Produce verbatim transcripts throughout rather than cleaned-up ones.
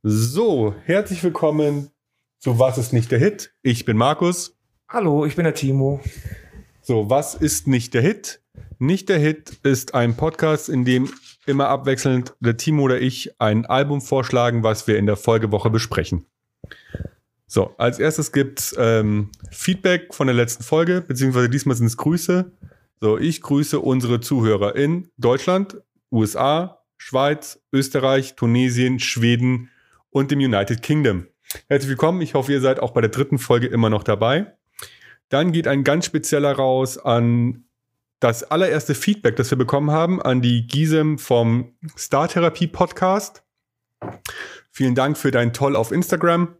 So, herzlich willkommen zu Was ist nicht der Hit? Ich bin Markus. Hallo, ich bin der Timo. So, was ist nicht der Hit? Nicht der Hit ist ein Podcast, in dem immer abwechselnd der Timo oder ich ein Album vorschlagen, was wir in der Folgewoche besprechen. So, als erstes gibt's ähm, Feedback von der letzten Folge, beziehungsweise diesmal sind es Grüße. So, ich grüße unsere Zuhörer in Deutschland, U S A, Schweiz, Österreich, Tunesien, Schweden und dem United Kingdom. Herzlich willkommen, ich hoffe, ihr seid auch bei der dritten Folge immer noch dabei. Dann geht ein ganz spezieller raus an das allererste Feedback, das wir bekommen haben, an die Gisem vom Star Therapie Podcast. Vielen Dank für dein Toll auf Instagram.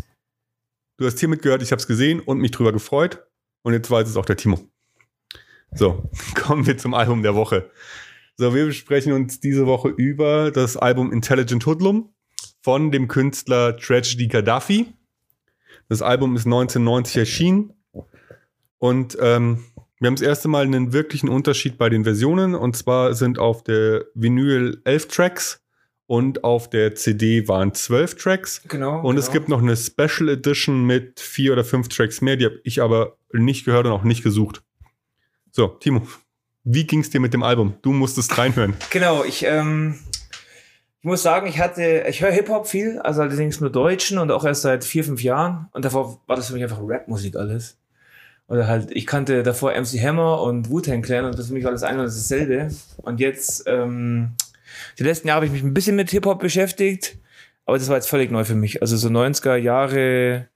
Du hast hiermit gehört, ich habe es gesehen und mich drüber gefreut. Und jetzt weiß es auch der Timo. So, kommen wir zum Album der Woche. So, wir besprechen uns diese Woche über das Album Intelligent Hoodlum von dem Künstler Tragedy Gaddafi. Das Album ist neunzehnhundertneunzig erschienen und ähm, wir haben das erste Mal einen wirklichen Unterschied bei den Versionen, und zwar sind auf der Vinyl elf Tracks und auf der C D waren zwölf Tracks. Genau. Und genau. es gibt noch eine Special Edition mit vier oder fünf Tracks mehr, die habe ich aber nicht gehört und auch nicht gesucht. So, Timo, wie ging es dir mit dem Album? Du musstest reinhören. Genau, ich, ähm, ich muss sagen, ich hatte, ich höre Hip-Hop viel, also allerdings nur Deutschen und auch erst seit vier, fünf Jahren. Und davor war das für mich einfach Rap-Musik alles. Oder halt, ich kannte davor M C Hammer und Wu-Tang Clan und das für mich war das eine und dasselbe. Und jetzt, ähm, die letzten Jahre habe ich mich ein bisschen mit Hip-Hop beschäftigt, aber das war jetzt völlig neu für mich. Also so neunziger Jahre,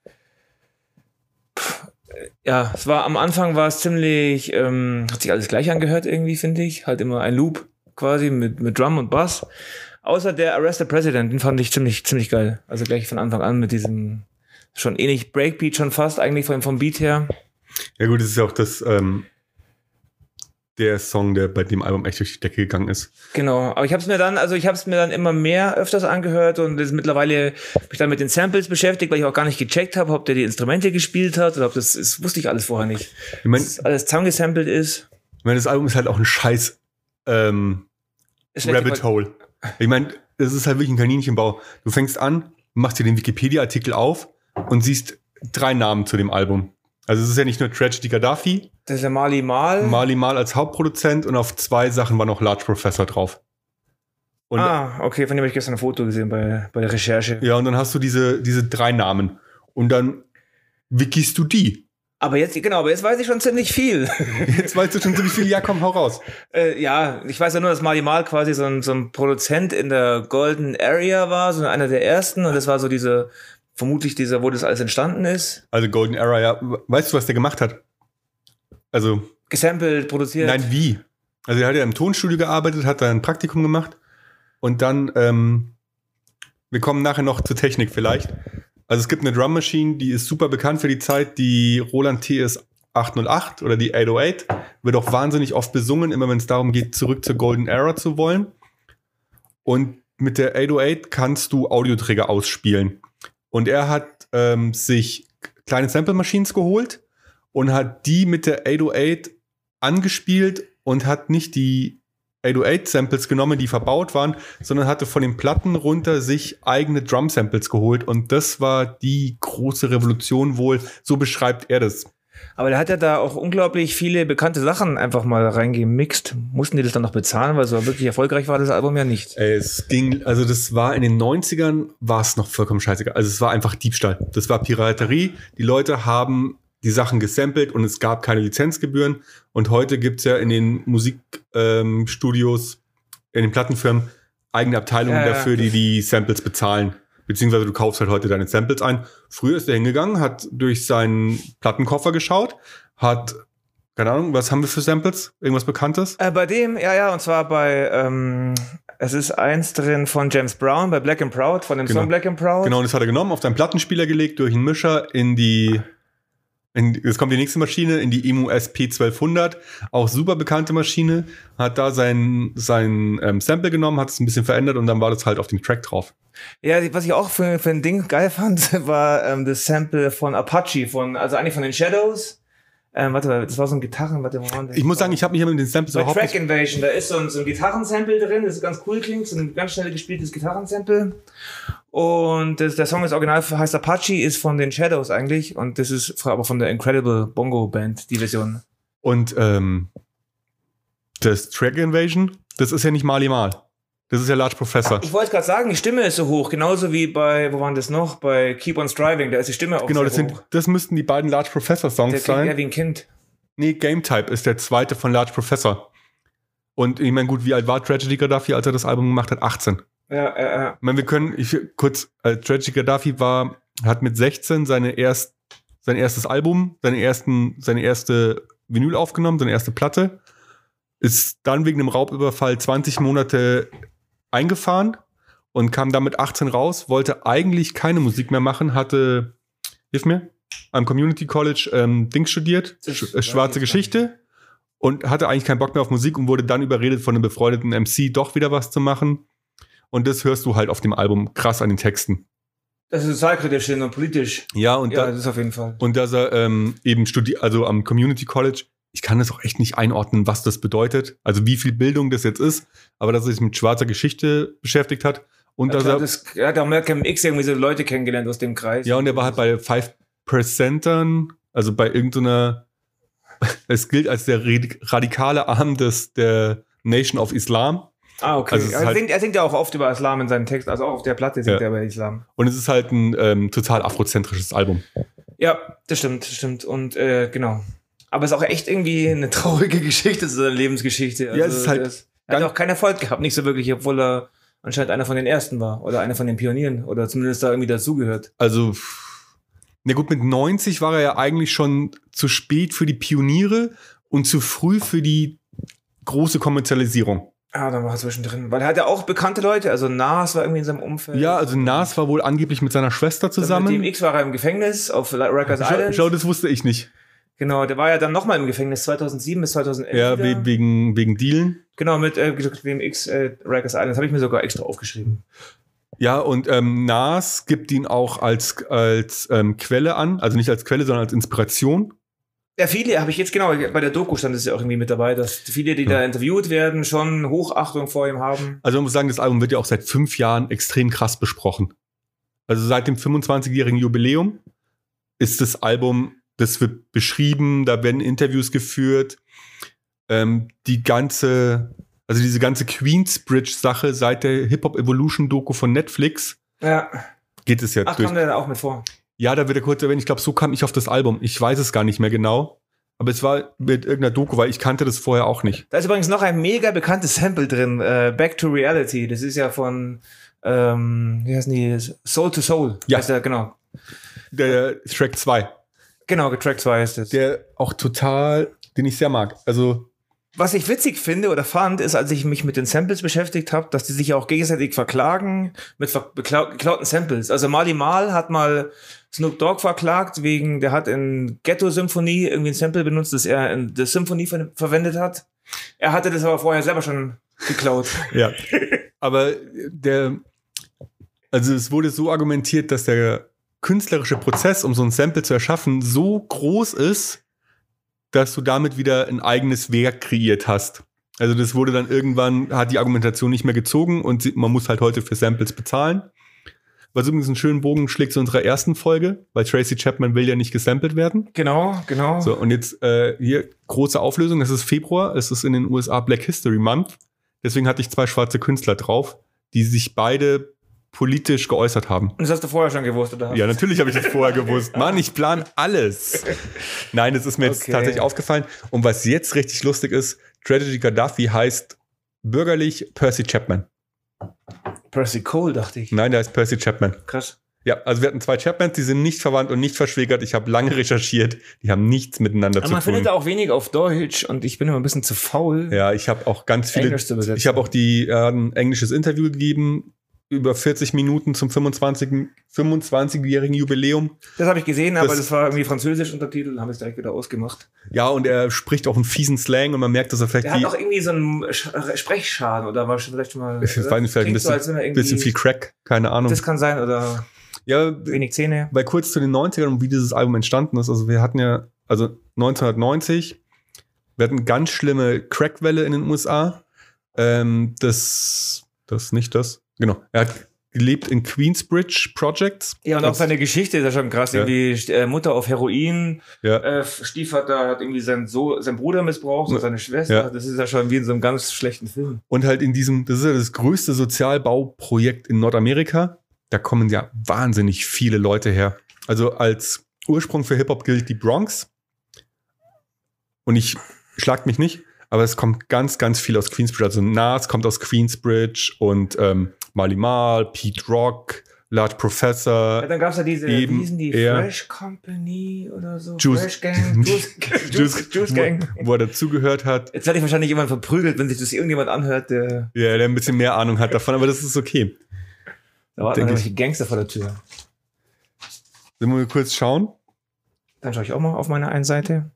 pff, ja, es war, am Anfang war es ziemlich, ähm, hat sich alles gleich angehört irgendwie, finde ich. Halt immer ein Loop quasi mit, mit Drum und Bass. Außer der Arrested President, den fand ich ziemlich, ziemlich geil. Also gleich von Anfang an mit diesem schon ähnlich Breakbeat schon fast eigentlich vom, vom Beat her. Ja gut, es ist ja auch das, ähm, der Song, der bei dem Album echt durch die Decke gegangen ist. Genau, aber ich habe es mir dann, also ich habe es mir dann immer mehr öfters angehört und das mittlerweile habe ich dann mit den Samples beschäftigt, weil ich auch gar nicht gecheckt habe, ob der die Instrumente gespielt hat oder ob das, das wusste ich alles vorher nicht. Ich mein, dass alles zusammengesampelt ist. Ich meine, das Album ist halt auch ein scheiß ähm, Rabbit Hole. Ich meine, es ist halt wirklich ein Kaninchenbau. Du fängst an, machst dir den Wikipedia-Artikel auf und siehst drei Namen zu dem Album. Also es ist ja nicht nur Tragedy Gaddafi. Das ist ja Marley Marl. Marley Marl als Hauptproduzent und auf zwei Sachen war noch Large Professor drauf. Und ah, okay, von dem habe ich gestern ein Foto gesehen bei, bei der Recherche. ja, und dann hast du diese, diese drei Namen. Und dann wikist du die. Aber jetzt, genau, aber jetzt weiß ich schon ziemlich viel. Jetzt weißt du schon ziemlich viel. Ja, komm, hau raus. äh, ja, ich weiß ja nur, dass Marley Marl quasi so ein, so ein Produzent in der Golden Area war, so einer der ersten. Und das war so diese, vermutlich dieser, wo das alles entstanden ist. Also Golden Era, ja. Weißt du, was der gemacht hat? Also gesampelt, produziert. Nein, wie? Also er hat ja im Tonstudio gearbeitet, hat da ein Praktikum gemacht und dann, ähm, wir kommen nachher noch zur Technik vielleicht. Also es gibt eine Drum Machine, die ist super bekannt für die Zeit, die Roland T S achthundertacht oder die achthundertacht, wird auch wahnsinnig oft besungen, immer wenn es darum geht, zurück zur Golden Era zu wollen. Und mit der achthundertacht kannst du Audioträger ausspielen. Und er hat ähm, sich kleine Sample Machines geholt und hat die mit der achthundertacht angespielt und hat nicht die achthundertacht-Samples genommen, die verbaut waren, sondern hatte von den Platten runter sich eigene Drum-Samples geholt. Und das war die große Revolution wohl. So beschreibt er das. Aber der hat ja da auch unglaublich viele bekannte Sachen einfach mal reingemixt. Mussten die das dann noch bezahlen, weil so wirklich erfolgreich war das Album ja nicht. Es ging, also das war in den neunzigern, war es noch vollkommen scheißegal. Also es war einfach Diebstahl. Das war Piraterie. Die Leute haben die Sachen gesampelt und es gab keine Lizenzgebühren. Und heute gibt's ja in den Musikstudios, ähm, in den Plattenfirmen eigene Abteilungen ja, dafür, die die Samples bezahlen. Beziehungsweise du kaufst halt heute deine Samples ein. Früher ist er hingegangen, hat durch seinen Plattenkoffer geschaut, hat, keine Ahnung, was haben wir für Samples? Irgendwas Bekanntes? Äh, bei dem, ja, ja, und zwar bei, ähm, es ist eins drin von James Brown, bei Black and Proud, von dem genau. Song Black and Proud. Genau, und das hat er genommen, auf seinen Plattenspieler gelegt, durch einen Mischer in die, in, jetzt kommt die nächste Maschine, in die Emu S P zwölfhundert, auch super bekannte Maschine, hat da sein, sein ähm, Sample genommen, hat es ein bisschen verändert und dann war das halt auf dem Track drauf. Ja, was ich auch für, für ein Ding geil fand, war ähm, das Sample von Apache, von, also eigentlich von den Shadows. Ähm, warte mal, das war so ein Gitarren, warte mal. Ich muss sagen, ich habe mich mit den Samples bei überhaupt Track Invasion, da ist so ein, so ein Gitarrensample drin, das ist ganz cool klingt, so ein ganz schnell gespieltes Gitarrensample. Und das, der Song ist original, heißt Apache, ist von den Shadows eigentlich. Und das ist aber von der Incredible Bongo Band, die Version. Und ähm, das Track Invasion, das ist ja nicht Marley Marl. Das ist ja Large Professor. Ich wollte gerade sagen, die Stimme ist so hoch. Genauso wie bei, wo waren das noch? Bei Keep on Striving, da ist die Stimme auch genau, so das hoch. Sind, das müssten die beiden Large Professor Songs der sein. klingt eher wie ein Kind. Nee, Game Type ist der zweite von Large Professor. Und ich meine, gut, wie alt war Tragedy Gaddafi, als er das Album gemacht hat? achtzehn. Ja, ja, ja. Ich meine, wir können, ich, kurz, äh, Tragedy Gaddafi war, hat mit sechzehn seine erst, sein erstes Album, seine, ersten, seine erste Vinyl aufgenommen, seine erste Platte, ist dann wegen einem Raubüberfall zwanzig Monate eingefahren und kam dann mit achtzehn raus, wollte eigentlich keine Musik mehr machen, hatte, hilf mir, am Community College ähm, Dings studiert, sch äh, schwarze Geschichte und hatte eigentlich keinen Bock mehr auf Musik und wurde dann überredet von einem befreundeten M C, doch wieder was zu machen. Und das hörst du halt auf dem Album krass an den Texten. Das ist sozialkritisch und politisch. Ja, und ja, da, das ist auf jeden Fall. Und dass er ähm, eben studiert, also am Community College, ich kann das auch echt nicht einordnen, was das bedeutet, also wie viel Bildung das jetzt ist, aber dass er sich mit schwarzer Geschichte beschäftigt hat. Und ja, dass klar, er, das, er hat auch Malcolm X irgendwie so Leute kennengelernt aus dem Kreis. Ja, und er war halt bei Five Percentern, also bei irgendeiner, es gilt als der radikale Arm des, der Nation of Islam. Ah, okay. Also er, halt, singt, er singt ja auch oft über Islam in seinen Texten, also auch auf der Platte singt ja. er über Islam. Und es ist halt ein ähm, total afrozentrisches Album. Ja, das stimmt, das stimmt. Und äh, genau. Aber es ist auch echt irgendwie eine traurige Geschichte, so eine Lebensgeschichte. Also, ja, es ist halt. Das, er hat auch keinen Erfolg gehabt, nicht so wirklich, obwohl er anscheinend einer von den Ersten war oder einer von den Pionieren oder zumindest da irgendwie dazugehört. Also, na gut, mit neunzig war er ja eigentlich schon zu spät für die Pioniere und zu früh für die große Kommerzialisierung. Ah, dann war er zwischendrin. Weil er hat ja auch bekannte Leute, also Nas war irgendwie in seinem Umfeld. Ja, also Nas war wohl angeblich mit seiner Schwester zusammen. Mit D M X war er im Gefängnis auf Rikers Island. Schau, das wusste ich nicht. Genau, der war ja dann nochmal im Gefängnis zweitausendsieben bis zweitausendelf. Ja, we wegen, wegen Dealen. Genau, mit äh, D M X, äh, Rikers Island. Das habe ich mir sogar extra aufgeschrieben. Ja, und ähm, Nas gibt ihn auch als, als ähm, Quelle an. Also nicht als Quelle, sondern als Inspiration. Ja, viele habe ich jetzt, genau, bei der Doku stand es ja auch irgendwie mit dabei, dass viele, die ja. da interviewt werden, schon Hochachtung vor ihm haben. Also man muss sagen, das Album wird ja auch seit fünf Jahren extrem krass besprochen. Also seit dem fünfundzwanzigjährigen Jubiläum ist das Album, das wird beschrieben, da werden Interviews geführt. Ähm, die ganze, also diese ganze Queensbridge-Sache seit der Hip-Hop-Evolution-Doku von Netflix ja. geht es ja Ach, durch. kam der da auch mit vor? Ja, da wird er kurz erwähnt. Ich glaube, so kam ich auf das Album. Ich weiß es gar nicht mehr genau. Aber es war mit irgendeiner Doku, weil ich kannte das vorher auch nicht. Da ist übrigens noch ein mega bekanntes Sample drin. Äh, Back to Reality. Das ist ja von, ähm, wie heißen die? Soul to Soul. Ja. Heißt der, genau. Der Track zwei. Genau, Track zwei ist das. Der auch total, den ich sehr mag. Also was ich witzig finde oder fand, ist, als ich mich mit den Samples beschäftigt habe, dass die sich ja auch gegenseitig verklagen mit ver geklauten Samples. Also Marley Marl hat mal Snoop Dogg verklagt, wegen, der hat in Ghetto-Symphonie irgendwie ein Sample benutzt, das er in der Symphonie ver verwendet hat. Er hatte das aber vorher selber schon geklaut. Ja, aber der, also es wurde so argumentiert, dass der künstlerische Prozess, um so ein Sample zu erschaffen, so groß ist, dass du damit wieder ein eigenes Werk kreiert hast. Also das wurde dann irgendwann, hat die Argumentation nicht mehr gezogen und man muss halt heute für Samples bezahlen. Was übrigens einen schönen Bogen schlägt zu unserer ersten Folge, weil Tracy Chapman will ja nicht gesampelt werden. Genau, genau. So, und jetzt äh, hier große Auflösung, es ist Februar, es ist in den U S A Black History Month. Deswegen hatte ich zwei schwarze Künstler drauf, die sich beide politisch geäußert haben. Und das hast du vorher schon gewusst, oder? Ja, natürlich habe ich das vorher gewusst. Mann, ich plane alles. Nein, das ist mir jetzt okay. tatsächlich aufgefallen. Und was jetzt richtig lustig ist, Tragedy Gaddafi heißt bürgerlich Percy Chapman. Percy Cole, dachte ich. Nein, der heißt Percy Chapman. Krass. Ja, also wir hatten zwei Chapmans, die sind nicht verwandt und nicht verschwägert. Ich habe lange recherchiert. Die haben nichts miteinander Aber zu man tun. findet da auch wenig auf Deutsch und ich bin immer ein bisschen zu faul. Ja, ich habe auch ganz viele. Englisch zu übersetzen. Ich habe auch die äh, ein englisches Interview gegeben über vierzig Minuten zum fünfundzwanzigjährigen Jubiläum. Das habe ich gesehen, aber das, das war irgendwie französisch Untertitel, haben wir es direkt wieder ausgemacht. Ja, und er spricht auch einen fiesen Slang und man merkt, dass er vielleicht Der hat auch irgendwie so einen Sprechschaden oder war vielleicht schon mal. Ich weiß nicht, vielleicht ein bisschen, so, bisschen viel Crack, keine Ahnung. Das kann sein oder ja, wenig Zähne. Weil kurz zu den neunzigern und wie dieses Album entstanden ist, also wir hatten ja, also neunzehnhundertneunzig, wir hatten ganz schlimme Crackwelle in den U S A. Ähm, das, das nicht das. Genau. Er hat gelebt in Queensbridge Projects. Ja, und auch seine Geschichte ist ja schon krass. Ja. Irgendwie äh, Mutter auf Heroin, Ja. äh, Stiefvater hat irgendwie seinen, so sein Bruder missbraucht und seine Schwester. Ja. Das ist ja schon wie in so einem ganz schlechten Film. Und halt in diesem, das ist ja das größte Sozialbauprojekt in Nordamerika. Da kommen ja wahnsinnig viele Leute her. Also als Ursprung für Hip-Hop gilt die Bronx. Und ich schlag mich nicht, aber es kommt ganz, ganz viel aus Queensbridge. Also Nas kommt aus Queensbridge und ähm, Marley Marl, Pete Rock, Large Professor. Ja, dann gab es ja diese, eben wie hießen die, er- Fresh Company oder so? Juice- Fresh Gang, Juice, Juice, Juice Gang. Wo, wo er dazugehört hat. Jetzt werde ich wahrscheinlich jemand verprügelt, wenn sich das irgendjemand anhört, der, Ja, der ein bisschen mehr Ahnung hat davon, aber das ist okay. da warten Denk irgendwelche Gangster vor der Tür. Sollen wir mal kurz schauen? Dann schaue ich auch mal auf meine einen Seite.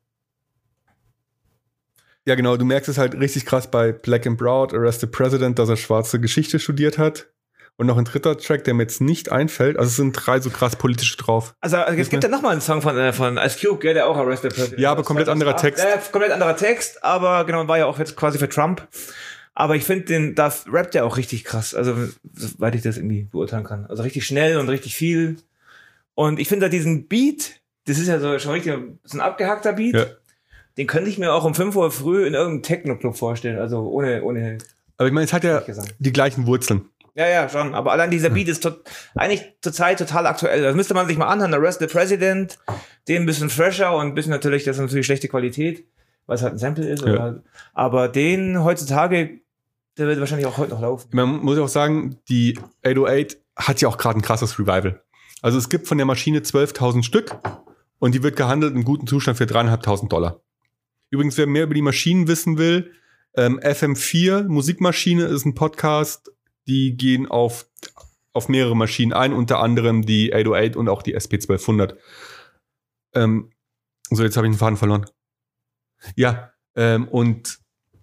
Ja, genau, du merkst es halt richtig krass bei Black and Proud, Arrested President, dass er schwarze Geschichte studiert hat. Und noch ein dritter Track, der mir jetzt nicht einfällt. Also es sind drei so krass politische drauf. Also es gibt ja nochmal einen Song von, äh, von Ice Cube, gell, der auch Arrested President. Ja, aber komplett anderer Text. Ja, komplett anderer Text, aber genau, war ja auch jetzt quasi für Trump. Aber ich finde, den, da rappt er auch richtig krass. Also, soweit ich das irgendwie beurteilen kann. Also richtig schnell und richtig viel. Und ich finde da diesen Beat, das ist ja so schon richtig, so ein abgehackter Beat. Ja. Den könnte ich mir auch um fünf Uhr früh in irgendeinem Techno-Club vorstellen. Also ohne, ohne Aber ich meine, es hat ja Gesang. die gleichen Wurzeln. Ja, ja, schon. Aber allein dieser Beat ist tot, eigentlich zurzeit total aktuell. Das müsste man sich mal anhören. Arrested President, den ein bisschen fresher und ein bisschen natürlich, das ist natürlich schlechte Qualität, weil es halt ein Sample ist. Ja. Oder, aber den heutzutage, der wird wahrscheinlich auch heute noch laufen. Man muss auch sagen, die acht null acht hat ja auch gerade ein krasses Revival. Also es gibt von der Maschine zwölftausend Stück und die wird gehandelt in gutem Zustand für dreieinhalbtausend Dollar. Übrigens, wer mehr über die Maschinen wissen will, ähm, F M vier Musikmaschine ist ein Podcast, die gehen auf, auf mehrere Maschinen ein, unter anderem die acht null acht und auch die S P zwölfhundert. Ähm, so, jetzt habe ich den Faden verloren. Ja, ähm, und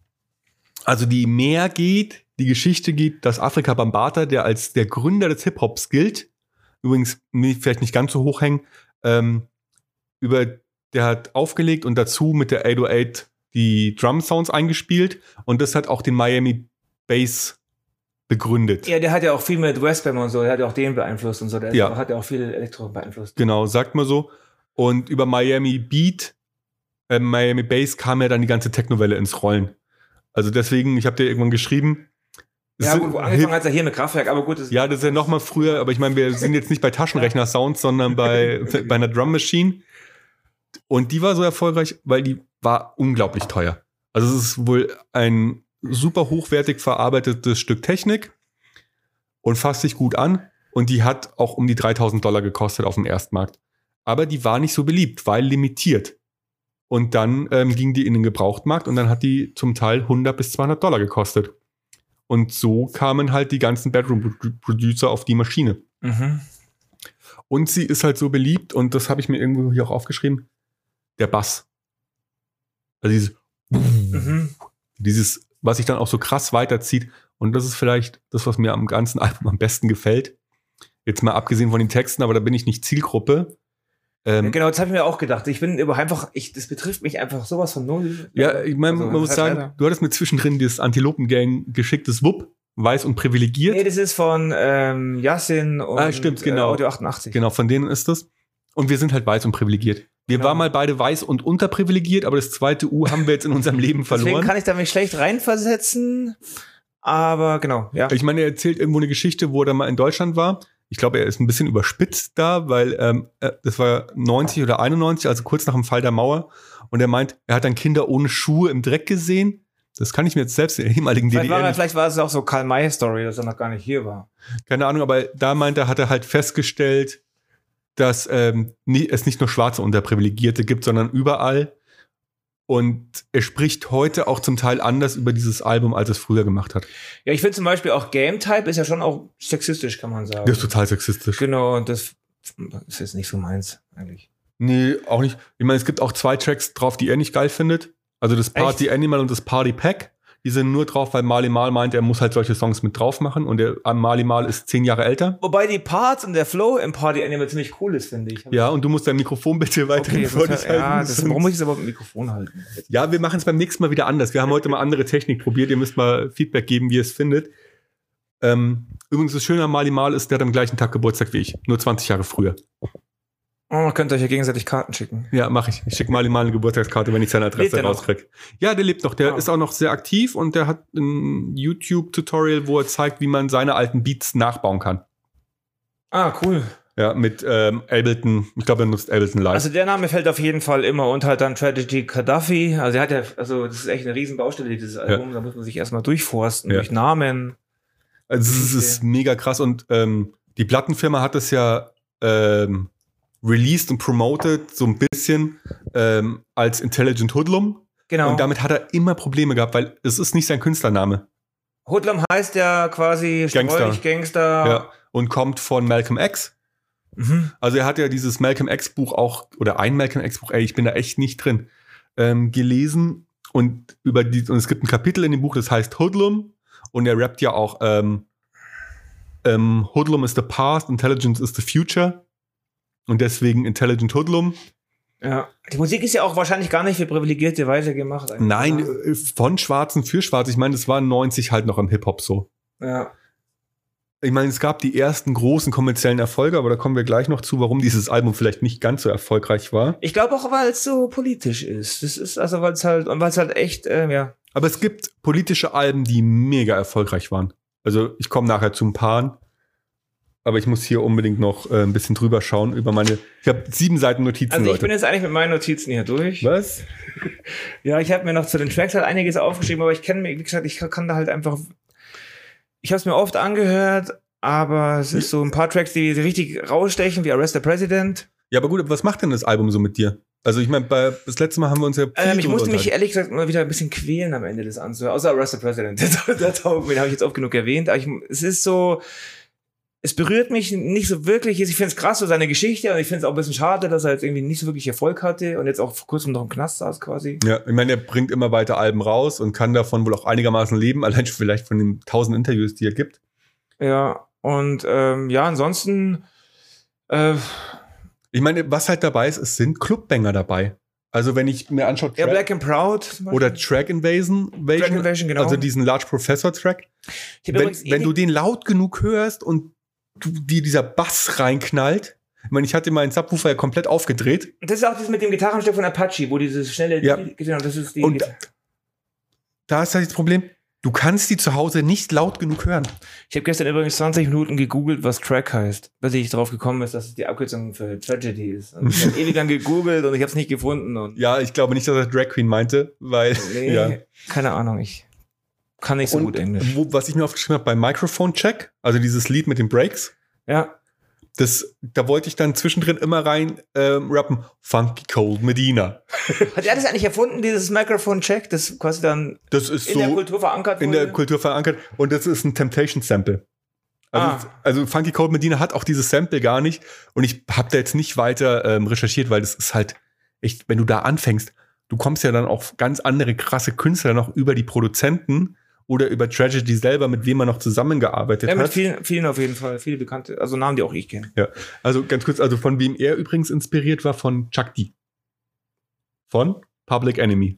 also die mehr geht, die Geschichte geht, dass Afrika Bambaataa, der als der Gründer des Hip-Hops gilt, übrigens vielleicht nicht ganz so hoch hängen, ähm, über, der hat aufgelegt und dazu mit der acht null acht die Drum-Sounds eingespielt und das hat auch den Miami Bass begründet. Ja, der hat ja auch viel mit Westbam und so, der hat ja auch den beeinflusst und so, der Ja. hat ja auch viel Elektro beeinflusst. Genau, sagt man so. Und über Miami Beat, äh, Miami Bass kam ja dann die ganze Technowelle ins Rollen. Also deswegen, ich habe dir irgendwann geschrieben. Ja, es- gut, angefangen hat er hier mit Kraftwerk, aber gut. Das Ja, das ist ja noch mal früher, aber ich meine, wir sind jetzt nicht bei Taschenrechner-Sounds, sondern bei, bei einer Drum Machine. Und die war so erfolgreich, weil die war unglaublich teuer. Also es ist wohl ein super hochwertig verarbeitetes Stück Technik und fasst sich gut an. Und die hat auch um die dreitausend Dollar gekostet auf dem Erstmarkt. Aber die war nicht so beliebt, weil limitiert. Und dann ähm, ging die in den Gebrauchtmarkt und dann hat die zum Teil hundert bis zweihundert Dollar gekostet. Und so kamen halt die ganzen Bedroom-Producer auf die Maschine. Mhm. Und sie ist halt so beliebt, und das habe ich mir irgendwo hier auch aufgeschrieben, der Bass. Also dieses, Mhm. dieses, was sich dann auch so krass weiterzieht. Und das ist vielleicht das, was mir am ganzen Album am besten gefällt. Jetzt mal abgesehen von den Texten, aber da bin ich nicht Zielgruppe. Ähm, Ja, genau, das habe ich mir auch gedacht. Ich bin über einfach, ich, das betrifft mich einfach sowas von null. Ja, ich meine, Also, man muss das heißt sagen, leider- du hattest mir zwischendrin das Antilopengang geschicktes Wupp, weiß und privilegiert. Nee, das ist von ähm, Yassin und Ah, stimmt, genau. äh, Audio achtundachtzig. Genau, von denen ist das. Und wir sind halt weiß und privilegiert. Wir Genau. waren mal beide weiß und unterprivilegiert, aber das zweite U haben wir jetzt in unserem Leben Deswegen verloren. kann ich da mich schlecht reinversetzen. Aber genau, ja. Ich meine, er erzählt irgendwo eine Geschichte, wo er mal in Deutschland war. Ich glaube, er ist ein bisschen überspitzt da, weil ähm, äh, das war neunzig oder einundneunzig, also kurz nach dem Fall der Mauer. Und er meint, er hat dann Kinder ohne Schuhe im Dreck gesehen. Das kann ich mir jetzt selbst in der ehemaligen Vielleicht D D war, R er, nicht, vielleicht war es auch so Karl-May-Story, dass er noch gar nicht hier war. keine Ahnung, aber da meint er, hat er halt festgestellt, dass ähm, nie, es nicht nur schwarze Unterprivilegierte gibt, sondern überall. Und er spricht heute auch zum Teil anders über dieses Album, als es früher gemacht hat. Ja, ich finde zum Beispiel auch Game Type ist ja schon auch sexistisch, kann man sagen. Das ist total sexistisch. Genau, und das ist jetzt nicht so meins, eigentlich. Nee, auch nicht. Ich meine, es gibt auch zwei Tracks drauf, die er nicht geil findet. Also das Party Echt? Animal und das Party Pack. Die sind nur drauf, weil Marley Marl meint, er muss halt solche Songs mit drauf machen. Und der Marley Marl ist zehn Jahre älter. Wobei die Parts und der Flow im Party Animal ziemlich cool ist, finde ich. Ja, und du musst dein Mikrofon bitte weiterhin okay, vor das, dich ja, halten. das, warum muss ich es aber mit dem Mikrofon halten? Ja, wir machen es beim nächsten Mal wieder anders. Wir haben heute mal andere Technik probiert. Ihr müsst mal Feedback geben, wie ihr es findet. Ähm, übrigens, das Schöne an Mali Mal ist, der hat am gleichen Tag Geburtstag wie ich. Nur zwanzig Jahre früher. Oh, könnt ihr euch ja gegenseitig Karten schicken. Ja, mache ich. Ich schicke Mali Mal eine Geburtstagskarte, wenn ich seine Adresse rauskriege. Ja, der lebt noch. Der ah. ist auch noch sehr aktiv und der hat ein YouTube-Tutorial, wo er zeigt, wie man seine alten Beats nachbauen kann. Ah, cool. Ja, mit ähm, Ableton. Ich glaube, er nutzt Ableton Live. Also der Name fällt auf jeden Fall immer und halt dann Tragedy Gaddafi. Also er hat ja, also das ist echt eine riesen Baustelle, dieses Album. Ja. Da muss man sich erstmal durchforsten, ja. durch Namen. Also es ist mega krass und ähm, die Plattenfirma hat es ja ähm, released und promoted so ein bisschen ähm, als Intelligent Hoodlum. Genau. Und damit hat er immer Probleme gehabt, weil es ist nicht sein Künstlername. Hoodlum heißt ja quasi Gangster. Gangster. Ja. Und kommt von Malcolm X. Mhm. Also er hat ja dieses Malcolm X-Buch auch, oder ein Malcolm X-Buch, ey, ich bin da echt nicht drin, ähm, gelesen. Und über die, und es gibt ein Kapitel in dem Buch, das heißt Hoodlum. Und er rappt ja auch ähm, ähm, Hoodlum is the past, Intelligence is the future. Und deswegen Intelligent Hoodlum. Ja, die Musik ist ja auch wahrscheinlich gar nicht für Privilegierte weitergemacht. Nein, oder? Von Schwarzen für Schwarz. Ich meine, das war neunzig halt noch im Hip-Hop so. Ja. Ich meine, es gab die ersten großen kommerziellen Erfolge, aber da kommen wir gleich noch zu, warum dieses Album vielleicht nicht ganz so erfolgreich war. Ich glaube auch, weil es so politisch ist. Das ist also, weil es halt, und weil es halt echt, äh, ja. Aber es gibt politische Alben, die mega erfolgreich waren. Also ich komme nachher zu ein paar, aber ich muss hier unbedingt noch äh, ein bisschen drüber schauen über meine, ich habe sieben Seiten Notizen, Also ich Leute. bin jetzt eigentlich mit meinen Notizen hier durch. Was? Ja, ich habe mir noch zu den Tracks halt einiges aufgeschrieben, aber ich kenne mir, wie gesagt, ich kann da halt einfach, ich habe es mir oft angehört, aber es ist so ein paar Tracks, die richtig rausstechen, wie Arrest the President. Ja, aber gut, aber was macht denn das Album so mit dir? Also ich meine, das letzte Mal haben wir uns ja viel ähm, Ich musste mich unterhalten. ehrlich gesagt mal wieder ein bisschen quälen am Ende des Anzuhören. Außer Arrest the President. Der taugt mir, den habe ich jetzt oft genug erwähnt. Aber ich, es ist so, es berührt mich nicht so wirklich. Ich finde es krass, so seine Geschichte. Und ich finde es auch ein bisschen schade, dass er jetzt irgendwie nicht so wirklich Erfolg hatte und jetzt auch vor kurzem noch im Knast saß quasi. Ja, ich meine, er bringt immer weiter Alben raus und kann davon wohl auch einigermaßen leben. Allein vielleicht von den tausend Interviews, die er gibt. Ja, und ähm, ja, ansonsten äh, ich meine, was halt dabei ist, es sind Clubbanger dabei. Also wenn ich mir anschaue, ja, Black and Proud oder Track Invasion, Track Invasion, genau. Also diesen Large Professor Track. Wenn, wenn du den laut genug hörst und du, dir dieser Bass reinknallt, ich meine, ich hatte meinen Subwoofer ja komplett aufgedreht. Das ist auch das mit dem Gitarrenstück von Apache, wo dieses schnelle, ja. Genau, das ist die. Und da, da ist halt das Problem. Du kannst die zu Hause nicht laut genug hören. Ich habe gestern übrigens zwanzig Minuten gegoogelt, was Track heißt, bis ich drauf gekommen ist, dass es die Abkürzung für Tragedy ist. Und ich habe ewig lang gegoogelt und ich habe es nicht gefunden. Und ja, ich glaube nicht, dass er Drag Queen meinte, weil nee, ja. keine Ahnung, ich kann nicht so und gut Englisch. Wo, was ich mir aufgeschrieben habe bei Microphone Check, also dieses Lied mit den Breaks. Ja. Das, da wollte ich dann zwischendrin immer rein ähm, rappen, Funky Cold Medina. Hat er das eigentlich erfunden, dieses Microphone-Check, das quasi dann das ist in so der Kultur verankert wurde? In der Kultur verankert. Und das ist ein Temptation-Sample. Also, ah. also Funky Cold Medina hat auch dieses Sample gar nicht. Und ich habe da jetzt nicht weiter ähm, recherchiert, weil das ist halt echt, wenn du da anfängst, du kommst ja dann auf ganz andere krasse Künstler noch über die Produzenten oder über Tragedy selber, mit wem man noch zusammengearbeitet ja, hat. Ja, mit vielen, vielen auf jeden Fall. Viele bekannte, also Namen, die auch ich kenne. Ja, also ganz kurz, also von wem er übrigens inspiriert war, von Chuck D. Von Public Enemy.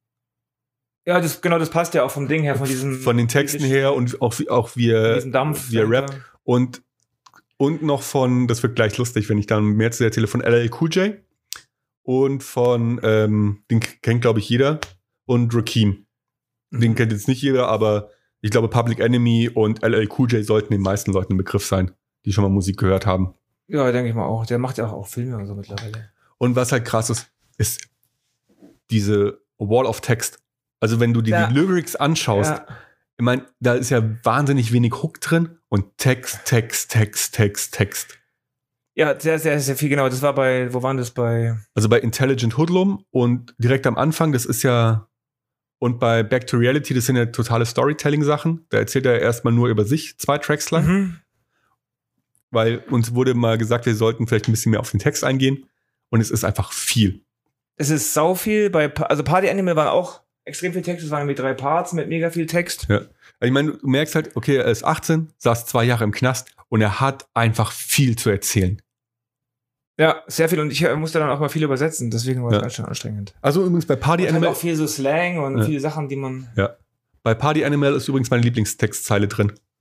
Ja, das, genau, das passt ja auch vom Ding her, von diesem... Von den Texten her und auch, auch wie er, Dampf, wie er rappt. Und, und noch von, das wird gleich lustig, wenn ich dann mehr zu erzähle, von L L Cool J. Und von, ähm, den kennt, glaube ich, jeder. Und Rakim. Den kennt jetzt nicht jeder, aber ich glaube, Public Enemy und L L Cool J sollten den meisten Leuten ein Begriff sein, die schon mal Musik gehört haben. Ja, denke ich mal auch. Der macht ja auch Filme und so mittlerweile. Und was halt krass ist, ist diese Wall of Text. Also wenn du dir ja. die Lyrics anschaust, ja. ich meine, da ist ja wahnsinnig wenig Hook drin und Text, Text, Text, Text, Text. Ja, sehr, sehr, sehr viel, genau. Das war bei, wo waren das bei? Also bei Intelligent Hoodlum und direkt am Anfang, das ist ja und bei Back to Reality, das sind ja totale Storytelling-Sachen. Da erzählt er erstmal nur über sich, zwei Tracks lang. Mhm. Weil uns wurde mal gesagt, wir sollten vielleicht ein bisschen mehr auf den Text eingehen. Und es ist einfach viel. Es ist sau viel. Bei, also Party Animal war auch extrem viel Text. Es waren irgendwie drei Parts mit mega viel Text. Ja. Also ich meine, du merkst halt, okay, er ist achtzehn, saß zwei Jahre im Knast und er hat einfach viel zu erzählen. Ja, sehr viel. Und ich musste dann auch mal viel übersetzen. Deswegen war es ja. ganz schön anstrengend. Also übrigens bei Party und Animal auch viel so Slang und ja. viele Sachen, die man... Ja. Bei Party Animal ist übrigens meine Lieblingstextzeile drin.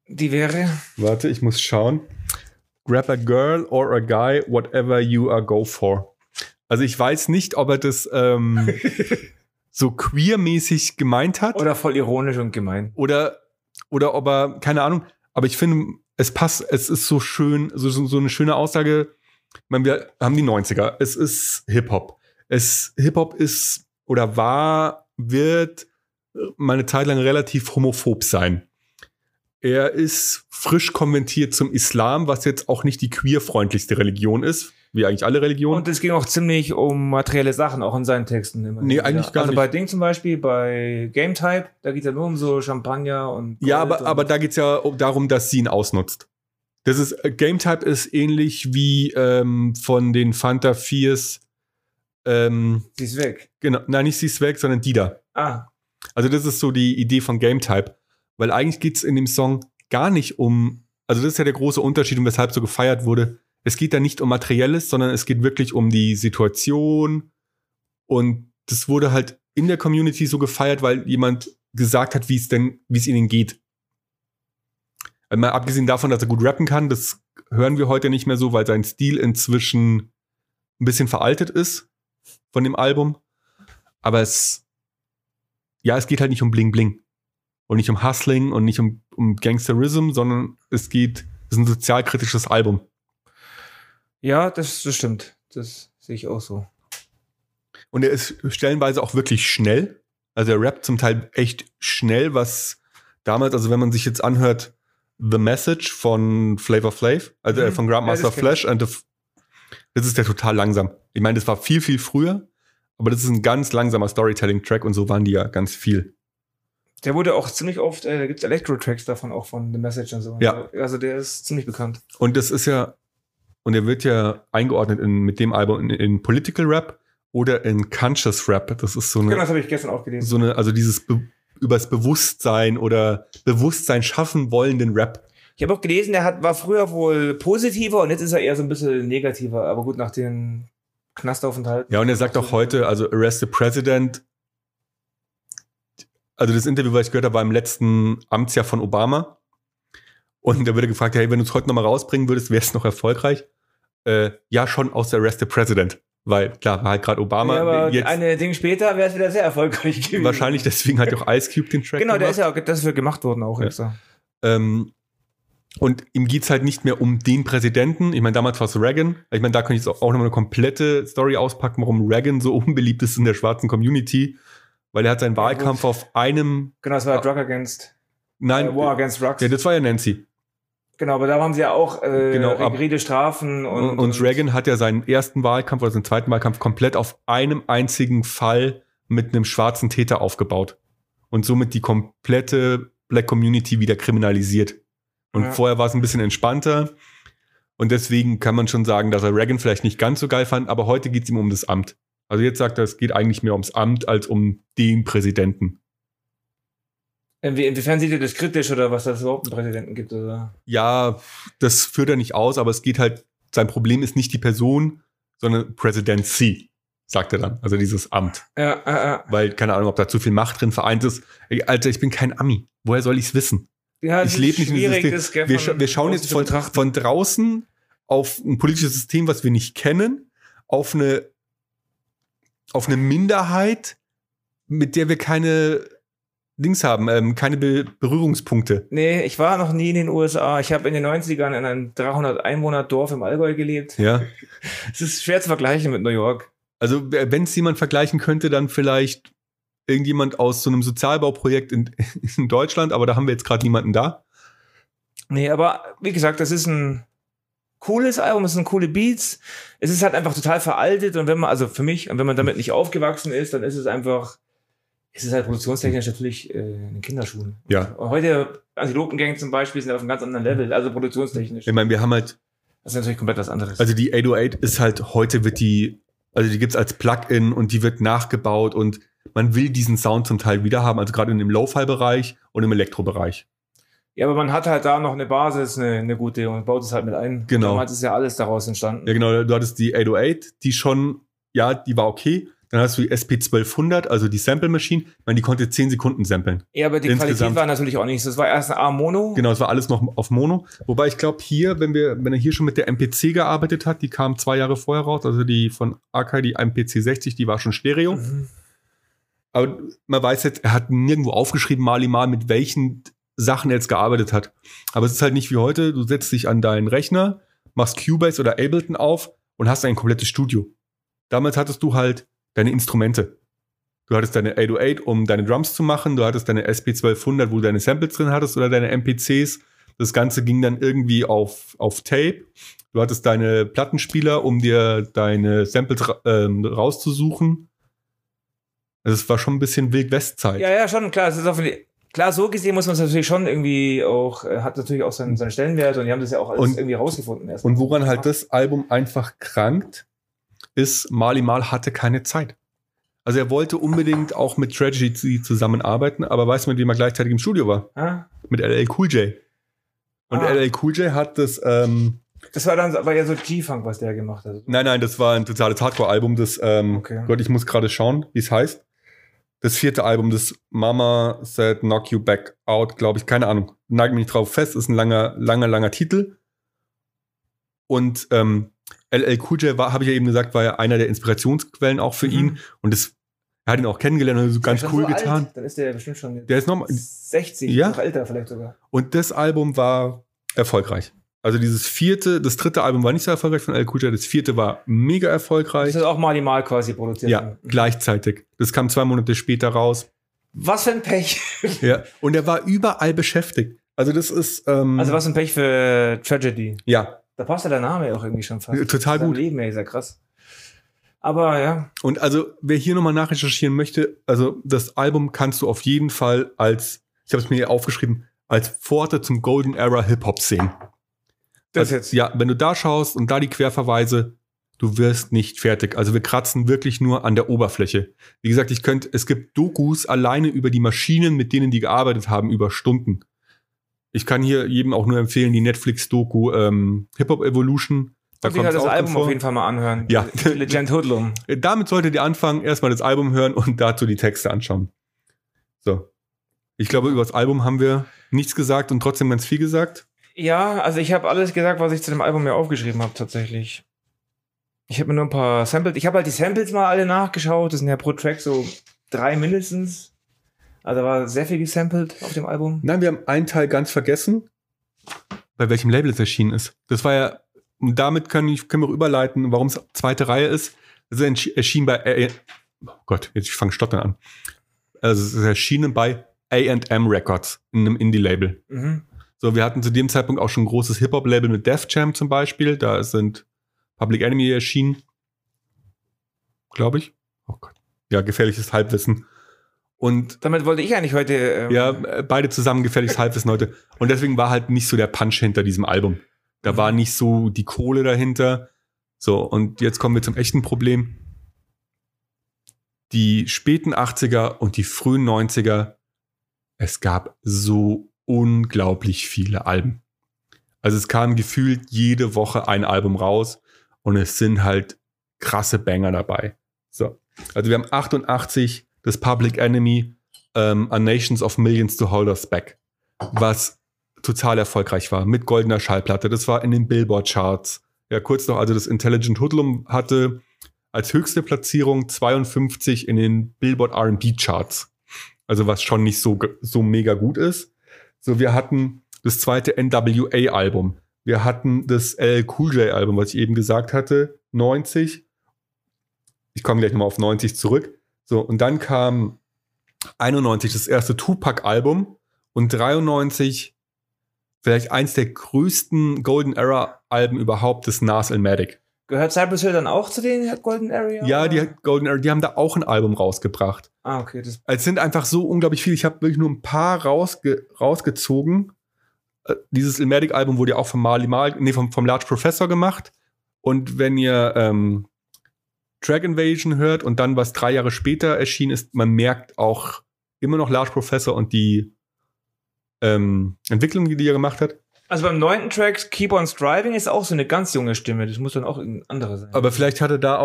Die wäre? Warte, ich muss schauen. Grab a girl or a guy, whatever you are, go for. Also ich weiß nicht, ob er das ähm, so queer-mäßig gemeint hat. Oder voll ironisch und gemein. Oder, oder ob er, keine Ahnung, aber ich finde, es passt, es ist so schön, so, so eine schöne Aussage. Ich meine, wir haben die neunziger. Es ist Hip-Hop. Es, Hip-Hop ist oder war, wird mal eine Zeit lang relativ homophob sein. Er ist frisch konvertiert zum Islam, was jetzt auch nicht die queerfreundlichste Religion ist, wie eigentlich alle Religionen. Und es ging auch ziemlich um materielle Sachen, auch in seinen Texten. Immer nee, eigentlich gar also nicht. Also bei Ding zum Beispiel, bei Game Type, da geht es ja nur um so Champagner und Gold. Ja, aber, aber da geht es ja darum, dass sie ihn ausnutzt. Das ist, Game Type ist ähnlich wie ähm, von den Fanta Viers. Ähm, sie ist weg. Genau, nein, nicht sie ist weg, sondern Dida. Ah. Also das ist so die Idee von Game Type. Weil eigentlich geht es in dem Song gar nicht um, also das ist ja der große Unterschied und weshalb so gefeiert wurde. Es geht da nicht um Materielles, sondern es geht wirklich um die Situation. Und das wurde halt in der Community so gefeiert, weil jemand gesagt hat, wie es denn, wie es ihnen geht. Also mal abgesehen davon, dass er gut rappen kann, das hören wir heute nicht mehr so, weil sein Stil inzwischen ein bisschen veraltet ist von dem Album. Aber es, ja, es geht halt nicht um Bling Bling. Und nicht um Hustling und nicht um, um Gangsterism, sondern es geht, es ist ein sozialkritisches Album. Ja, das, das stimmt. Das sehe ich auch so. Und er ist stellenweise auch wirklich schnell. Also er rappt zum Teil echt schnell, was damals, also wenn man sich jetzt anhört, The Message von Flavor Flav, also mhm. äh, von Grandmaster ja, Flash, und das ist der total langsam. Ich meine, das war viel, viel früher, aber das ist ein ganz langsamer Storytelling-Track und so waren die ja ganz viel. Der wurde auch ziemlich oft, äh, da gibt es Elektro-Tracks davon auch von The Message und so. Ja. Also der ist ziemlich bekannt. Und das ist ja, und er wird ja eingeordnet in, mit dem Album in, in Political Rap oder in Conscious Rap. Das ist so eine. Genau, das habe ich gestern auch gelesen. So eine, also dieses Be- übers Bewusstsein oder Bewusstsein schaffen wollenden Rap. Ich habe auch gelesen, der hat, war früher wohl positiver und jetzt ist er eher so ein bisschen negativer. Aber gut, nach den Knastaufenthalten. Ja, und er sagt auch heute, also Arrest the President. Also das Interview, was ich gehört habe, war im letzten Amtsjahr von Obama. Und da wurde gefragt, hey, wenn du es heute nochmal rausbringen würdest, wäre es noch erfolgreich? Äh, ja, schon aus der Arrest the President. Weil, klar, war halt gerade Obama. Ja, aber jetzt eine Ding später wäre es wieder sehr erfolgreich gewesen. Wahrscheinlich, deswegen hat auch Ice Cube den Track Genau, gemacht. der ist ja auch dafür gemacht worden auch ja. extra. Ähm, und ihm geht es halt nicht mehr um den Präsidenten. Ich meine, damals war es Reagan. Ich meine, da kann ich jetzt auch nochmal eine komplette Story auspacken, warum Reagan so unbeliebt ist in der schwarzen Community. Weil er hat seinen Wahlkampf ja, auf einem... Genau, das war Drug Against... Nein. Äh, War Against Drugs. Ja, das war ja Nancy. Genau, aber da haben sie ja auch äh, genau, rigide Strafen. Und, und, und Reagan hat ja seinen ersten Wahlkampf oder seinen zweiten Wahlkampf komplett auf einem einzigen Fall mit einem schwarzen Täter aufgebaut. Und somit die komplette Black Community wieder kriminalisiert. Und ja. vorher war es ein bisschen entspannter. Und deswegen kann man schon sagen, dass er Reagan vielleicht nicht ganz so geil fand, aber heute geht es ihm um das Amt. Also jetzt sagt er, es geht eigentlich mehr ums Amt als um den Präsidenten. Inwie- Inwiefern sieht ihr das kritisch oder was das überhaupt einen Präsidenten gibt? Oder? Ja, das führt er nicht aus, aber es geht halt, sein Problem ist nicht die Person, sondern Presidency, sagt er dann. Also dieses Amt. Ja, äh, äh. Weil, keine Ahnung, ob da zu viel Macht drin vereint ist. Ey, Alter, ich bin kein Ami. Woher soll ich es wissen? Ja, ich lebe nicht in diesem System. Das, wir, scha- wir schauen jetzt von, von draußen auf ein politisches System, was wir nicht kennen, auf eine, auf eine Minderheit, mit der wir keine Dings haben, ähm, keine Be- Berührungspunkte. Nee, ich war noch nie in den U S A. Ich habe in den neunzigern in einem dreihundert Einwohner Dorf im Allgäu gelebt. Ja. Es ist schwer zu vergleichen mit New York. Also, wenn es jemand vergleichen könnte, dann vielleicht irgendjemand aus so einem Sozialbauprojekt in, in Deutschland, aber da haben wir jetzt gerade niemanden da. Nee, aber wie gesagt, das ist ein cooles Album, es sind coole Beats. Es ist halt einfach total veraltet und wenn man, also für mich, und wenn man damit nicht aufgewachsen ist, dann ist es einfach, es ist halt produktionstechnisch natürlich äh, in den Kinderschuhen. Ja. Und heute, Antilopengang zum Beispiel, sind auf einem ganz anderen Level, also produktionstechnisch. Ich meine, wir haben halt. Das ist natürlich komplett was anderes. Also die acht null acht ist halt, heute wird die, also die gibt's als Plugin und die wird nachgebaut und man will diesen Sound zum Teil wieder haben, also gerade in dem Lo-Fi-Bereich und im Elektro-Bereich. Ja, aber man hat halt da noch eine Basis, eine, eine gute und baut es halt mit ein. Genau. Damals ist ja alles daraus entstanden. Ja, genau, du hattest die acht null acht, die schon, ja, die war okay. Dann hast du die S P zwölfhundert, also die Sample Machine. Ich meine, die konnte zehn Sekunden samplen. Ja, aber die Insgesamt. Qualität war natürlich auch nicht so. Das war erst ein A-Mono. Genau, es war alles noch auf Mono. Wobei ich glaube, hier, wenn wir, wenn er hier schon mit der M P C gearbeitet hat, die kam zwei Jahre vorher raus, also die von Akai, die M P C sechzig, die war schon Stereo. Mhm. Aber man weiß jetzt, er hat nirgendwo aufgeschrieben, mal mal, mit welchen Sachen er jetzt gearbeitet hat. Aber es ist halt nicht wie heute, du setzt dich an deinen Rechner, machst Cubase oder Ableton auf und hast ein komplettes Studio. Damals hattest du halt deine Instrumente. Du hattest deine acht null acht, um deine Drums zu machen. Du hattest deine S P zwölfhundert, wo du deine Samples drin hattest oder deine M P Cs. Das Ganze ging dann irgendwie auf, auf Tape. Du hattest deine Plattenspieler, um dir deine Samples ra ähm, rauszusuchen. Also es war schon ein bisschen Wild-West-Zeit. Ja, ja, schon, klar. Es ist auch, klar, so gesehen muss man es natürlich schon irgendwie auch, hat natürlich auch seinen, seinen Stellenwert und die haben das ja auch alles und, irgendwie rausgefunden. Erstmal. Und woran halt das Album einfach krankt, ist, Marley Marl hatte keine Zeit. Also er wollte unbedingt auch mit Tragedy zusammenarbeiten, aber weißt du, mit wem er gleichzeitig im Studio war? Ah? Mit L L Cool J. Und ah. L L Cool J hat das... Ähm, das war dann war ja so G-Funk, was der gemacht hat. Nein, nein, das war ein totales Hardcore-Album. Das, ähm, okay. Gott, ich muss gerade schauen, wie es heißt. Das vierte Album, das Mama Said Knock You Back Out, glaube ich, keine Ahnung. Nagel mich drauf fest, ist ein langer, langer, langer Titel. Und ähm, L L Cool J war, habe ich ja eben gesagt, war ja einer der Inspirationsquellen auch für mhm. ihn. Und das, er hat ihn auch kennengelernt und so ganz cool so getan. Alt. Dann ist der bestimmt schon der ist noch sechzig, ja? noch älter vielleicht sogar. Und das Album war erfolgreich. Also dieses vierte, das dritte Album war nicht so erfolgreich von L L Cool J, das vierte war mega erfolgreich. Das ist auch Marley Marl quasi produziert. Ja, mhm. gleichzeitig. Das kam zwei Monate später raus. Was für ein Pech. Ja, und er war überall beschäftigt. Also das ist... Ähm, also was ein Pech für Tragedy. Ja. Da passt ja der Name auch irgendwie schon fast. Total gut. Leben, ey, ist ja krass. Aber ja. Und also, wer hier nochmal nachrecherchieren möchte, also das Album kannst du auf jeden Fall als, ich habe es mir hier aufgeschrieben, als Pforte zum Golden Era Hip-Hop sehen. Das also, jetzt. Ja, wenn du da schaust und da die Querverweise, du wirst nicht fertig. Also wir kratzen wirklich nur an der Oberfläche. Wie gesagt, ich könnte, es gibt Dokus alleine über die Maschinen, mit denen die gearbeitet haben, über Stunden. Ich kann hier jedem auch nur empfehlen, die Netflix-Doku ähm, Hip-Hop Evolution. Da kommt das Album vor. Auf jeden Fall mal anhören. Ja. Legend Hoodlum. Damit solltet ihr anfangen, erstmal das Album hören und dazu die Texte anschauen. So. Ich glaube, über das Album haben wir nichts gesagt und trotzdem ganz viel gesagt. Ja, also ich habe alles gesagt, was ich zu dem Album mir aufgeschrieben habe, tatsächlich. Ich habe mir nur ein paar Samples, ich habe halt die Samples mal alle nachgeschaut, das sind ja pro Track so drei mindestens. Also da war sehr viel gesampelt auf dem Album. Nein, wir haben einen Teil ganz vergessen, bei welchem Label es erschienen ist. Das war ja, und damit können, können wir auch überleiten, warum es zweite Reihe ist. Es erschien bei, A oh Gott, jetzt ich fange stottern an. Also es ist erschienen bei A and M Records, in einem Indie-Label. Mhm. So, wir hatten zu dem Zeitpunkt auch schon ein großes Hip-Hop-Label mit Def Jam zum Beispiel. Da sind Public Enemy erschienen. Glaube ich. Oh Gott. Ja, gefährliches Halbwissen. Und damit wollte ich eigentlich heute... Ähm ja, beide zusammen gefährliches Halbwissen heute. Und deswegen war halt nicht so der Punch hinter diesem Album. Da mhm. war nicht so die Kohle dahinter. So, und jetzt kommen wir zum echten Problem. Die späten achtziger und die frühen neunziger, es gab so unglaublich viele Alben. Also es kam gefühlt jede Woche ein Album raus und es sind halt krasse Banger dabei. So, also wir haben achtundachtzig das Public Enemy ähm, A Nations of Millions to Hold Us Back, was total erfolgreich war, mit goldener Schallplatte. Das war in den Billboard-Charts. Ja, kurz noch, also das Intelligent Hoodlum hatte als höchste Platzierung zweiundfünfzig in den Billboard R and B-Charts. Also was schon nicht so, so mega gut ist. So, wir hatten das zweite N W A-Album. Wir hatten das L L Cool J-Album, was ich eben gesagt hatte, neunzig. Ich komme gleich nochmal auf neunzig zurück. So, und dann kam einundneunzig das erste Tupac-Album und dreiundneunzig vielleicht eins der größten Golden Era-Alben überhaupt, das Nas Illmatic. Gehört Cypress Hill dann auch zu den Golden Era? Ja, die Golden Era, die haben da auch ein Album rausgebracht. Ah, okay. Das es sind einfach so unglaublich viele. Ich habe wirklich nur ein paar rausge rausgezogen. Dieses Illmatic-Album wurde ja auch von Marley Marl, nee, vom, vom Large Professor gemacht. Und wenn ihr ähm, Track Invasion hört und dann, was drei Jahre später erschienen ist, man merkt auch immer noch Large Professor und die ähm, Entwicklung, die er gemacht hat. Also beim neunten Track, Keep on Striving, ist auch so eine ganz junge Stimme. Das muss dann auch ein anderer sein. Aber vielleicht hatte da auch,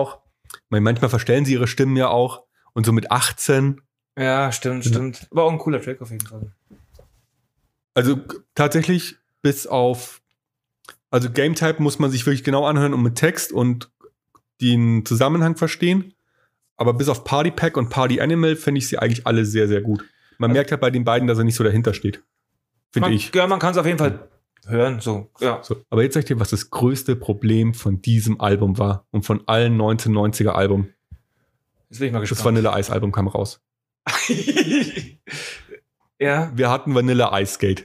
Manchmal verstellen sie ihre Stimmen ja auch und so mit achtzehn. Ja, stimmt, Ja. stimmt. War auch ein cooler Track auf jeden Fall. Also tatsächlich bis auf, also Game Type muss man sich wirklich genau anhören und mit Text und den Zusammenhang verstehen. Aber bis auf Party Pack und Party Animal finde ich sie eigentlich alle sehr, sehr gut. Man Also, merkt halt bei den beiden, dass er nicht so dahinter steht. Finde man, ich. Ja, man kann es auf jeden Fall hören, so, ja. So, aber jetzt sag ich dir, was das größte Problem von diesem Album war und von allen neunzehnhundertneunziger Alben. Jetzt bin ich mal Das gespannt. Vanilla Ice Album kam raus. Ja, Wir hatten Vanilla Ice Skate.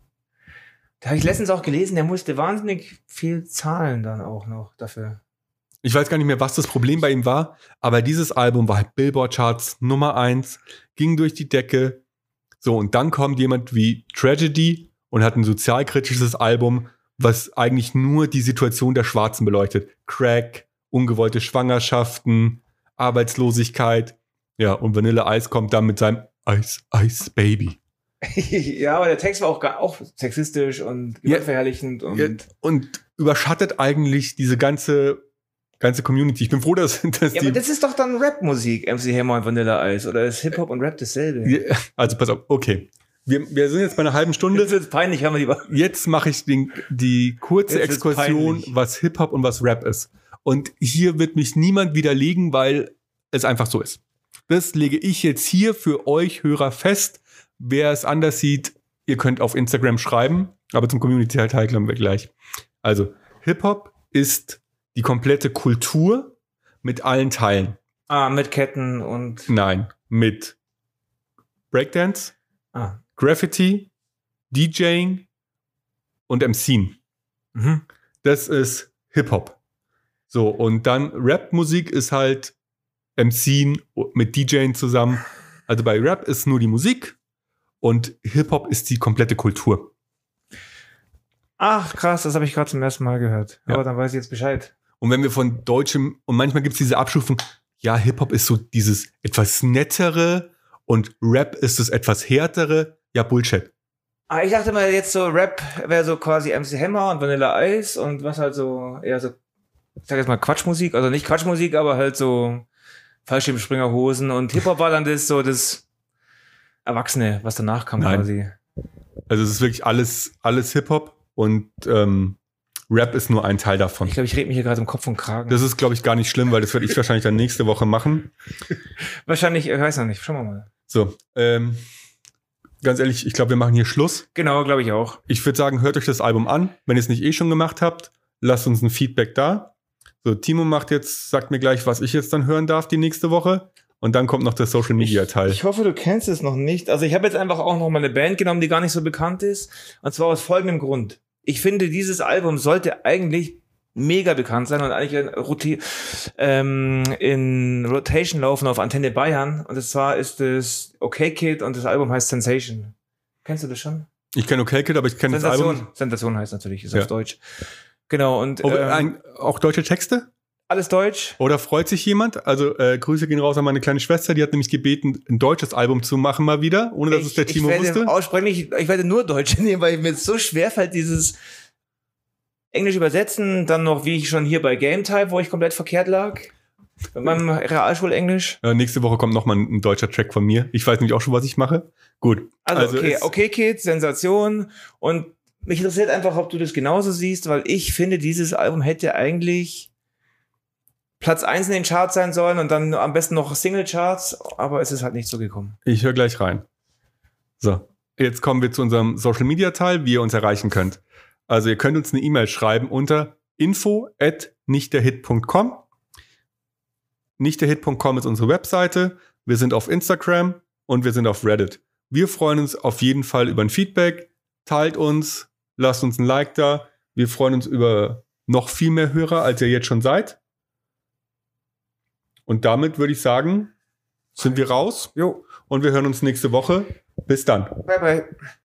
da habe ich letztens auch gelesen, der musste wahnsinnig viel zahlen dann auch noch dafür. Ich weiß gar nicht mehr, was das Problem bei ihm war, aber dieses Album war halt Billboard-Charts Nummer eins, ging durch die Decke. So, und dann kommt jemand wie Tragedy und hat ein sozialkritisches Album, was eigentlich nur die Situation der Schwarzen beleuchtet. Crack, ungewollte Schwangerschaften, Arbeitslosigkeit. Ja, und Vanilla Ice kommt dann mit seinem Ice, Ice Baby. Ja, aber der Text war auch, gar, auch sexistisch und Ja. gewaltverherrlichend und Ja, und überschattet eigentlich diese ganze, ganze Community. Ich bin froh, dass, dass ja, die... aber das ist doch dann Rap-Musik, M C Hammer und Vanilla Ice. Oder ist Hip-Hop und Rap dasselbe? Ja, also pass auf, okay. Wir, wir sind jetzt bei einer halben Stunde. Das ist jetzt peinlich, haben wir lieber. Jetzt mache ich den, die kurze Jetzt wird's Exkursion, peinlich. was Hip-Hop und was Rap ist. Und hier wird mich niemand widerlegen, weil es einfach so ist. Das lege ich jetzt hier für euch Hörer fest. Wer es anders sieht, ihr könnt auf Instagram schreiben, aber zum Community-Teil kommen wir gleich. Also, Hip-Hop ist die komplette Kultur mit allen Teilen. Ah, mit Ketten und. Nein, mit Breakdance, Ah. Graffiti, DJing und MCen. Mhm. Das ist Hip-Hop. So, und dann Rap-Musik ist halt MCen mit DJing zusammen. Also bei Rap ist nur die Musik und Hip-Hop ist die komplette Kultur. Ach, krass, das habe ich gerade zum ersten Mal gehört. Ja. Aber dann weiß ich jetzt Bescheid. Und wenn wir von deutschem, und manchmal gibt es diese Abstufung, ja, Hip-Hop ist so dieses etwas nettere und Rap ist das etwas härtere. Ja, Bullshit. Ah, ich dachte mal jetzt so, Rap wäre so quasi M C Hammer und Vanilla Ice und was halt so, eher so, ich sag jetzt mal Quatschmusik, also nicht Quatschmusik, aber halt so Fallschirmspringerhosen und Hip-Hop war dann das so das Erwachsene, was danach kam Nein. quasi. Also es ist wirklich alles, alles Hip-Hop und ähm, Rap ist nur ein Teil davon. Ich glaube, ich rede mich hier gerade im Kopf und Kragen. Das ist, glaube ich, gar nicht schlimm, weil das werde ich wahrscheinlich dann nächste Woche machen. Wahrscheinlich, ich weiß noch nicht, schauen wir mal. So, ähm, ganz ehrlich, ich glaube, wir machen hier Schluss. Genau, glaube ich auch. Ich würde sagen, hört euch das Album an. Wenn ihr es nicht eh schon gemacht habt, lasst uns ein Feedback da. So, Timo macht jetzt, sagt mir gleich, was ich jetzt dann hören darf die nächste Woche. Und dann kommt noch der Social Media Teil. Ich hoffe, du kennst es noch nicht. Also ich habe jetzt einfach auch noch mal eine Band genommen, die gar nicht so bekannt ist. Und zwar aus folgendem Grund. Ich finde, dieses Album sollte eigentlich mega bekannt sein und eigentlich in, Roti ähm, in Rotation laufen auf Antenne Bayern. Und zwar ist es Okay Kid und das Album heißt Sensation. Kennst du das schon? Ich kenne Okay Kid, aber ich kenne das Sensation. Album. Sensation heißt natürlich, ist Ja. auf Deutsch. Genau, und Oh, ähm, ein, auch deutsche Texte? alles Deutsch. Oder freut sich jemand? Also äh, Grüße gehen raus an meine kleine Schwester, die hat nämlich gebeten, ein deutsches Album zu machen mal wieder, ohne dass ich, es der Timo ich werde wusste. aussprechen, ich, ich werde nur Deutsche nehmen, weil mir so schwer fällt, dieses Englisch übersetzen, dann noch, wie ich schon hier bei Game Type, wo ich komplett verkehrt lag. Mit meinem Realschulenglisch. Äh, nächste Woche kommt nochmal ein, ein deutscher Track von mir. Ich weiß nämlich auch schon, was ich mache. Gut. Also, okay, es- okay, Kids, Sensation. Und mich interessiert einfach, ob du das genauso siehst, weil ich finde, dieses Album hätte eigentlich Platz eins in den Charts sein sollen und dann am besten noch Single-Charts, aber es ist halt nicht so gekommen. Ich höre gleich rein. So, jetzt kommen wir zu unserem Social Media Teil, wie ihr uns erreichen könnt. Also ihr könnt uns eine E-Mail schreiben unter info at nichtderhit punkt com. nichtderhit punkt com ist unsere Webseite. Wir sind auf Instagram und wir sind auf Reddit. Wir freuen uns auf jeden Fall über ein Feedback. Teilt uns, lasst uns ein Like da. Wir freuen uns über noch viel mehr Hörer, als ihr jetzt schon seid. Und damit würde ich sagen, sind wir raus Jo, und wir hören uns nächste Woche. Bis dann. bye bye.